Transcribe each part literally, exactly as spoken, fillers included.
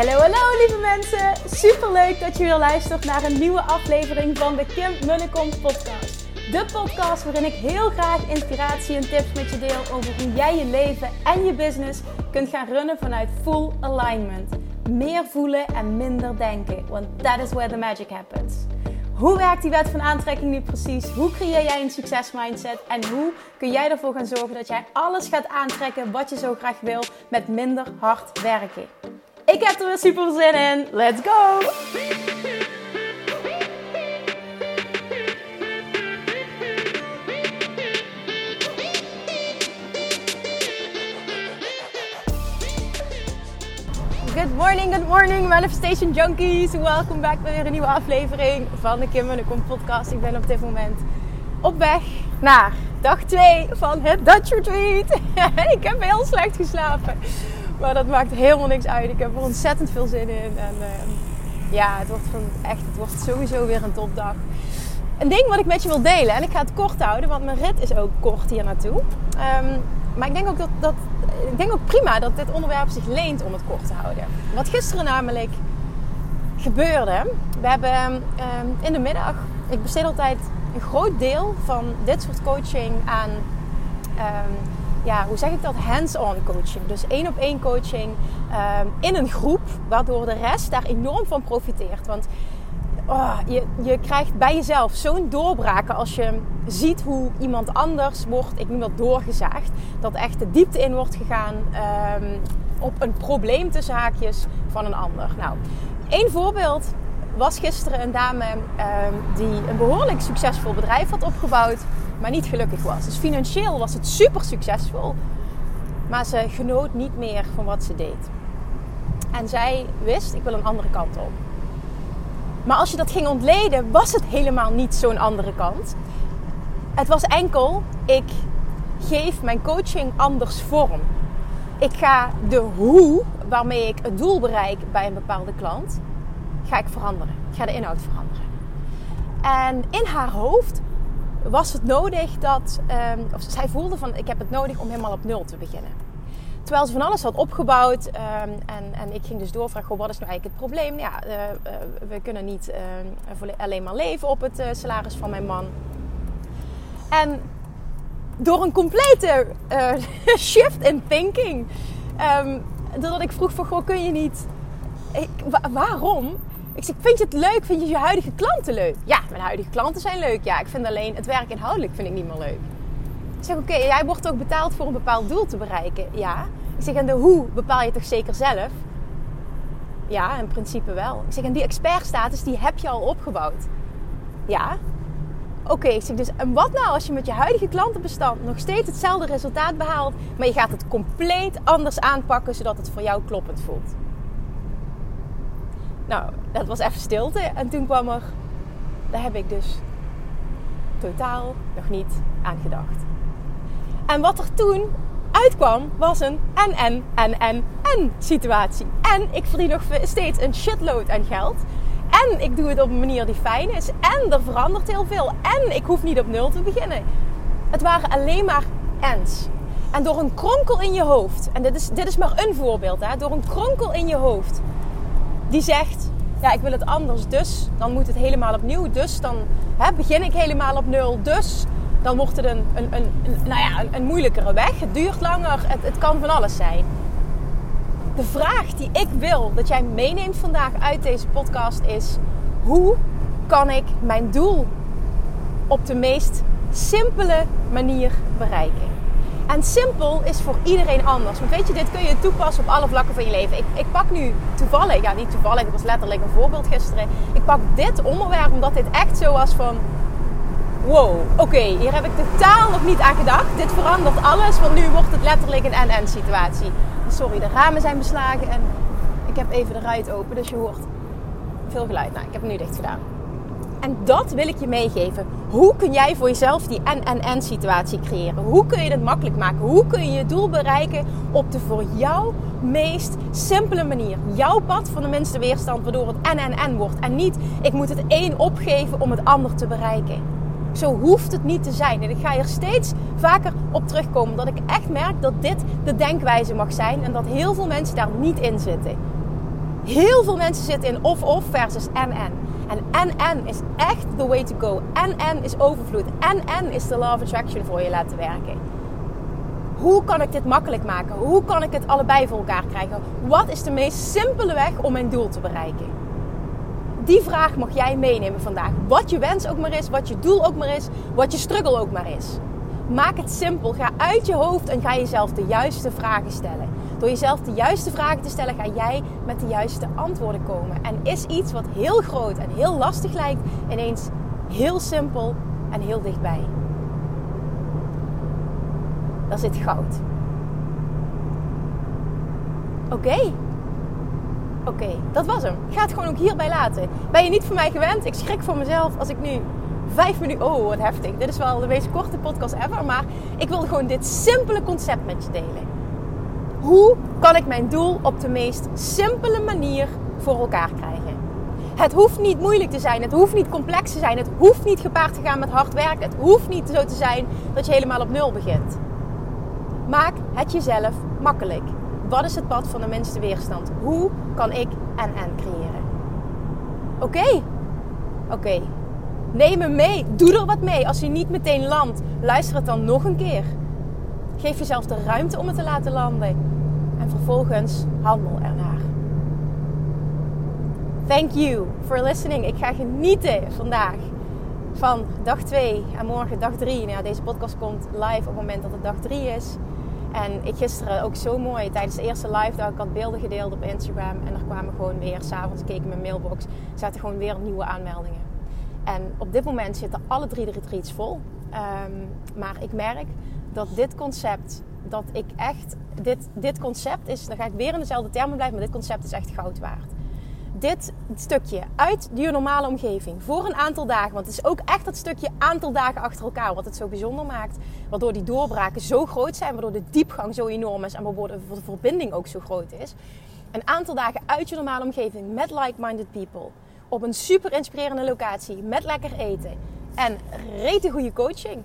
Hallo, hallo lieve mensen. Superleuk dat je weer luistert naar een nieuwe aflevering van de Kim Munnekom podcast. De podcast waarin ik heel graag inspiratie en tips met je deel over hoe jij je leven en je business kunt gaan runnen vanuit full alignment. Meer voelen en minder denken, want that is where the magic happens. Hoe werkt die wet van aantrekking nu precies? Hoe creëer jij een succesmindset? En hoe kun jij ervoor gaan zorgen dat jij alles gaat aantrekken wat je zo graag wil met minder hard werken? Ik heb er weer super zin in. Let's go! Good morning, good morning Manifestation Junkies. Welkom back bij weer een nieuwe aflevering van de Kim Munnekom podcast. Ik ben op dit moment op weg naar dag twee van het Dutch Retreat. Ik heb heel slecht geslapen. Maar dat maakt helemaal niks uit. Ik heb er ontzettend veel zin in. En uh, ja, het wordt, van, echt, het wordt sowieso weer een topdag. Een ding wat ik met je wil delen. En ik ga het kort houden. Want mijn rit is ook kort hier naartoe. Um, maar ik denk ook dat, dat ik denk ook prima dat dit onderwerp zich leent om het kort te houden. Wat gisteren namelijk gebeurde. We hebben um, in de middag. Ik besteed altijd een groot deel van dit soort coaching aan... Um, Ja, hoe zeg ik dat? Hands-on coaching. Dus één op één coaching uh, in een groep. Waardoor de rest daar enorm van profiteert. Want oh, je, je krijgt bij jezelf zo'n doorbraken als je ziet hoe iemand anders wordt, ik noem dat doorgezaagd. Dat echt de diepte in wordt gegaan um, op een probleem tussen haakjes van een ander. Nou, één voorbeeld was gisteren een dame um, die een behoorlijk succesvol bedrijf had opgebouwd. Maar niet gelukkig was. Dus financieel was het super succesvol. Maar ze genoot niet meer van wat ze deed. En zij wist, ik wil een andere kant op. Maar als je dat ging ontleden, was het helemaal niet zo'n andere kant. Het was enkel, ik geef mijn coaching anders vorm. Ik ga de hoe, waarmee ik het doel bereik bij een bepaalde klant, ga ik veranderen. Ik ga de inhoud veranderen. En in haar hoofd was het nodig dat... Um, of zij voelde van, ik heb het nodig om helemaal op nul te beginnen. Terwijl ze van alles had opgebouwd. Um, en, en ik ging dus doorvragen, wat is nou eigenlijk het probleem? Ja, uh, uh, we kunnen niet uh, alleen maar leven op het uh, salaris van mijn man. En door een complete uh, shift in thinking. Um, doordat ik vroeg van, goh, kun je niet... Ik, wa- waarom... Ik zeg, vind je het leuk? Vind je je huidige klanten leuk? Ja, mijn huidige klanten zijn leuk. Ja, ik vind alleen het werk inhoudelijk vind ik niet meer leuk. Ik zeg, oké, okay, jij wordt ook betaald voor een bepaald doel te bereiken. Ja. Ik zeg, en de hoe bepaal je toch zeker zelf? Ja, in principe wel. Ik zeg, en die expertstatus, die heb je al opgebouwd. Ja. Oké, okay, ik zeg dus, en wat nou als je met je huidige klantenbestand nog steeds hetzelfde resultaat behaalt, maar je gaat het compleet anders aanpakken, zodat het voor jou kloppend voelt? Nou, dat was even stilte. En toen kwam er... Daar heb ik dus totaal nog niet aan gedacht. En wat er toen uitkwam, was een en, en, en, en, en situatie. En ik verdien nog steeds een shitload aan geld. En ik doe het op een manier die fijn is. En er verandert heel veel. En ik hoef niet op nul te beginnen. Het waren alleen maar ens. En door een kronkel in je hoofd... En dit is, dit is maar een voorbeeld, hè. Door een kronkel in je hoofd... Die zegt, ja, ik wil het anders, dus dan moet het helemaal opnieuw. Dus dan hè, begin ik helemaal op nul. Dus dan wordt het een, een, een, een, nou ja, een, een moeilijkere weg. Het duurt langer, het, het kan van alles zijn. De vraag die ik wil dat jij meeneemt vandaag uit deze podcast is... Hoe kan ik mijn doel op de meest simpele manier bereiken? En simpel is voor iedereen anders. Want weet je, dit kun je toepassen op alle vlakken van je leven. Ik, ik pak nu toevallig, ja niet toevallig, het was letterlijk een voorbeeld gisteren. Ik pak dit onderwerp omdat dit echt zo was van... Wow, oké, okay, hier heb ik totaal nog niet aan gedacht. Dit verandert alles, want nu wordt het letterlijk een en-en situatie. Sorry, de ramen zijn beslagen en ik heb even de ruit open, dus je hoort veel geluid. Nou, ik heb hem nu dicht gedaan. En dat wil ik je meegeven. Hoe kun jij voor jezelf die en-en-en situatie creëren? Hoe kun je het makkelijk maken? Hoe kun je je doel bereiken op de voor jou meest simpele manier? Jouw pad van de minste weerstand, waardoor het en-en-en wordt. En niet, ik moet het een opgeven om het ander te bereiken. Zo hoeft het niet te zijn. En ik ga er steeds vaker op terugkomen. Dat ik echt merk dat dit de denkwijze mag zijn. En dat heel veel mensen daar niet in zitten. Heel veel mensen zitten in of-of versus en-en. En en-en is echt the way to go. En-en is overvloed. En-en is de law of attraction voor je laten werken. Hoe kan ik dit makkelijk maken? Hoe kan ik het allebei voor elkaar krijgen? Wat is de meest simpele weg om mijn doel te bereiken? Die vraag mag jij meenemen vandaag. Wat je wens ook maar is, wat je doel ook maar is, wat je struggle ook maar is. Maak het simpel. Ga uit je hoofd en ga jezelf de juiste vragen stellen. Door jezelf de juiste vragen te stellen, ga jij met de juiste antwoorden komen. En is iets wat heel groot en heel lastig lijkt, ineens heel simpel en heel dichtbij. Daar zit goud. Oké. Okay. Oké, okay, dat was hem. Ik ga het gewoon ook hierbij laten. Ben je niet van mij gewend? Ik schrik voor mezelf als ik nu vijf minuten... Oh, wat heftig. Dit is wel de meest korte podcast ever. Maar ik wil gewoon dit simpele concept met je delen. Hoe kan ik mijn doel op de meest simpele manier voor elkaar krijgen? Het hoeft niet moeilijk te zijn. Het hoeft niet complex te zijn. Het hoeft niet gepaard te gaan met hard werken. Het hoeft niet zo te zijn dat je helemaal op nul begint. Maak het jezelf makkelijk. Wat is het pad van de minste weerstand? Hoe kan ik en-en creëren? Oké. Okay. Oké. Okay. Neem me mee. Doe er wat mee. Als je niet meteen landt, luister het dan nog een keer. Geef jezelf de ruimte om het te laten landen. En vervolgens handel ernaar. Thank you for listening. Ik ga genieten vandaag van dag twee en morgen dag drie. Nou ja, deze podcast komt live op het moment dat het dag drie is. En ik gisteren ook zo mooi, tijdens de eerste live dag, ik had beelden gedeeld op Instagram. En er kwamen gewoon weer, s'avonds keek ik in mijn mailbox, zaten gewoon weer nieuwe aanmeldingen. En op dit moment zitten alle drie de retreats vol. Um, maar ik merk dat dit concept, dat ik echt, dit, dit concept is, dan ga ik weer in dezelfde termen blijven, maar dit concept is echt goud waard. Dit stukje uit je normale omgeving voor een aantal dagen. Want het is ook echt dat stukje aantal dagen achter elkaar wat het zo bijzonder maakt. Waardoor die doorbraken zo groot zijn. Waardoor de diepgang zo enorm is. En waardoor de verbinding ook zo groot is. Een aantal dagen uit je normale omgeving met like-minded people. Op een super inspirerende locatie. Met lekker eten. En rete goede coaching.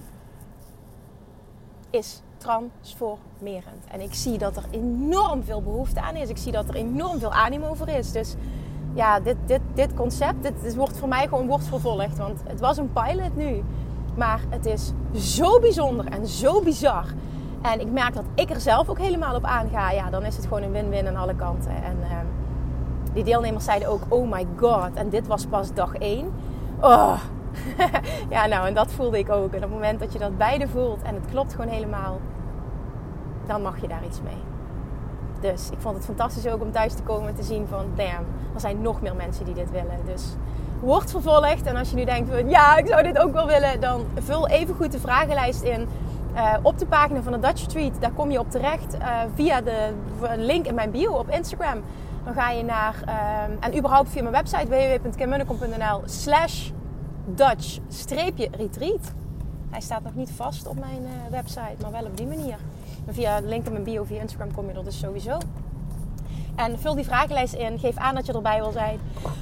Is transformerend. En ik zie dat er enorm veel behoefte aan is. Ik zie dat er enorm veel animo voor is. Dus ja, dit, dit, dit concept, dit, dit wordt voor mij gewoon wordt vervolgd. Want het was een pilot nu. Maar het is zo bijzonder en zo bizar. En ik merk dat ik er zelf ook helemaal op aanga. Ja, dan is het gewoon een win-win aan alle kanten. En uh, die deelnemers zeiden ook, oh my god. En dit was pas dag één. Oh. Ja, nou, en dat voelde ik ook. En op het moment dat je dat beide voelt en het klopt gewoon helemaal, dan mag je daar iets mee. Dus ik vond het fantastisch ook om thuis te komen en te zien van, damn, er zijn nog meer mensen die dit willen. Dus word vervolgd. En als je nu denkt van, ja, ik zou dit ook wel willen, dan vul even goed de vragenlijst in. Uh, op de pagina van de Dutch Retreat, daar kom je op terecht uh, via de link in mijn bio op Instagram. Dan ga je naar, uh, en überhaupt via mijn website w w w punt kim munnekom punt n l slash Dutch-retreat. Hij staat nog niet vast op mijn uh, website, maar wel op die manier. Maar via de link in mijn bio, via Instagram kom je er dus sowieso. En vul die vragenlijst in. Geef aan dat je erbij wil zijn.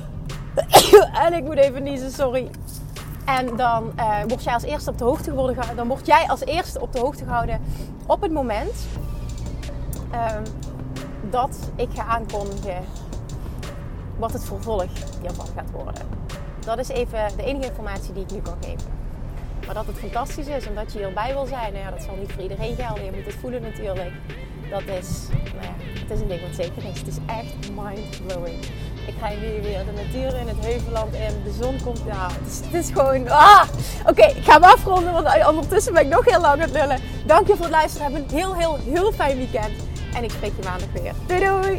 En ik moet even niezen, sorry. En dan uh, word jij als eerste op de hoogte geworden, dan word jij als eerste op de hoogte gehouden op het moment uh, dat ik ga aankondigen wat het vervolg hiervan gaat worden. Dat is even de enige informatie die ik nu kan geven. Maar dat het fantastisch is en dat je hierbij wil zijn, nou ja, dat zal niet voor iedereen gelden. Je moet het voelen natuurlijk. Dat is, nou ja, het is een ding wat zeker is. Het is echt mind-blowing. Ik ga nu weer de natuur in, het heuvelland in, de zon komt. Ja, het is, het is gewoon... Ah! Oké, okay, ik ga hem afronden, want ondertussen ben ik nog heel lang aan het lullen. Dank je voor het luisteren. Heb een heel, heel, heel fijn weekend. En ik spreek je maandag weer. Doei doei!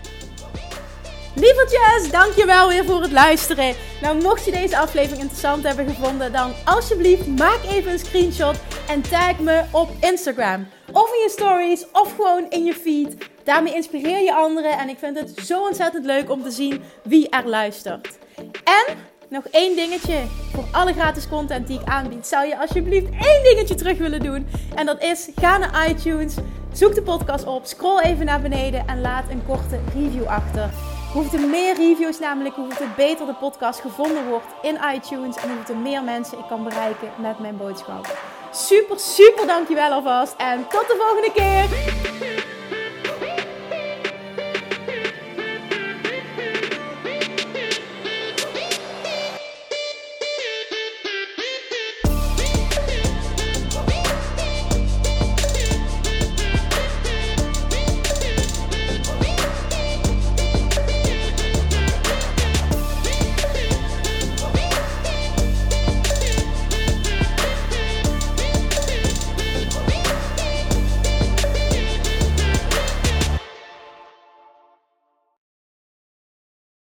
Lievertjes, dankjewel weer voor het luisteren. Nou, mocht je deze aflevering interessant hebben gevonden, dan alsjeblieft maak even een screenshot en tag me op Instagram. Of in je stories, of gewoon in je feed. Daarmee inspireer je anderen en ik vind het zo ontzettend leuk om te zien wie er luistert. En nog één dingetje. Voor alle gratis content die ik aanbied, zou je alsjeblieft één dingetje terug willen doen. En dat is, ga naar iTunes, zoek de podcast op, scroll even naar beneden en laat een korte review achter. Hoeveel meer reviews namelijk, hoeveel beter de podcast gevonden wordt in iTunes. En hoeveel meer mensen ik kan bereiken met mijn boodschap. Super, super dankjewel alvast. En tot de volgende keer.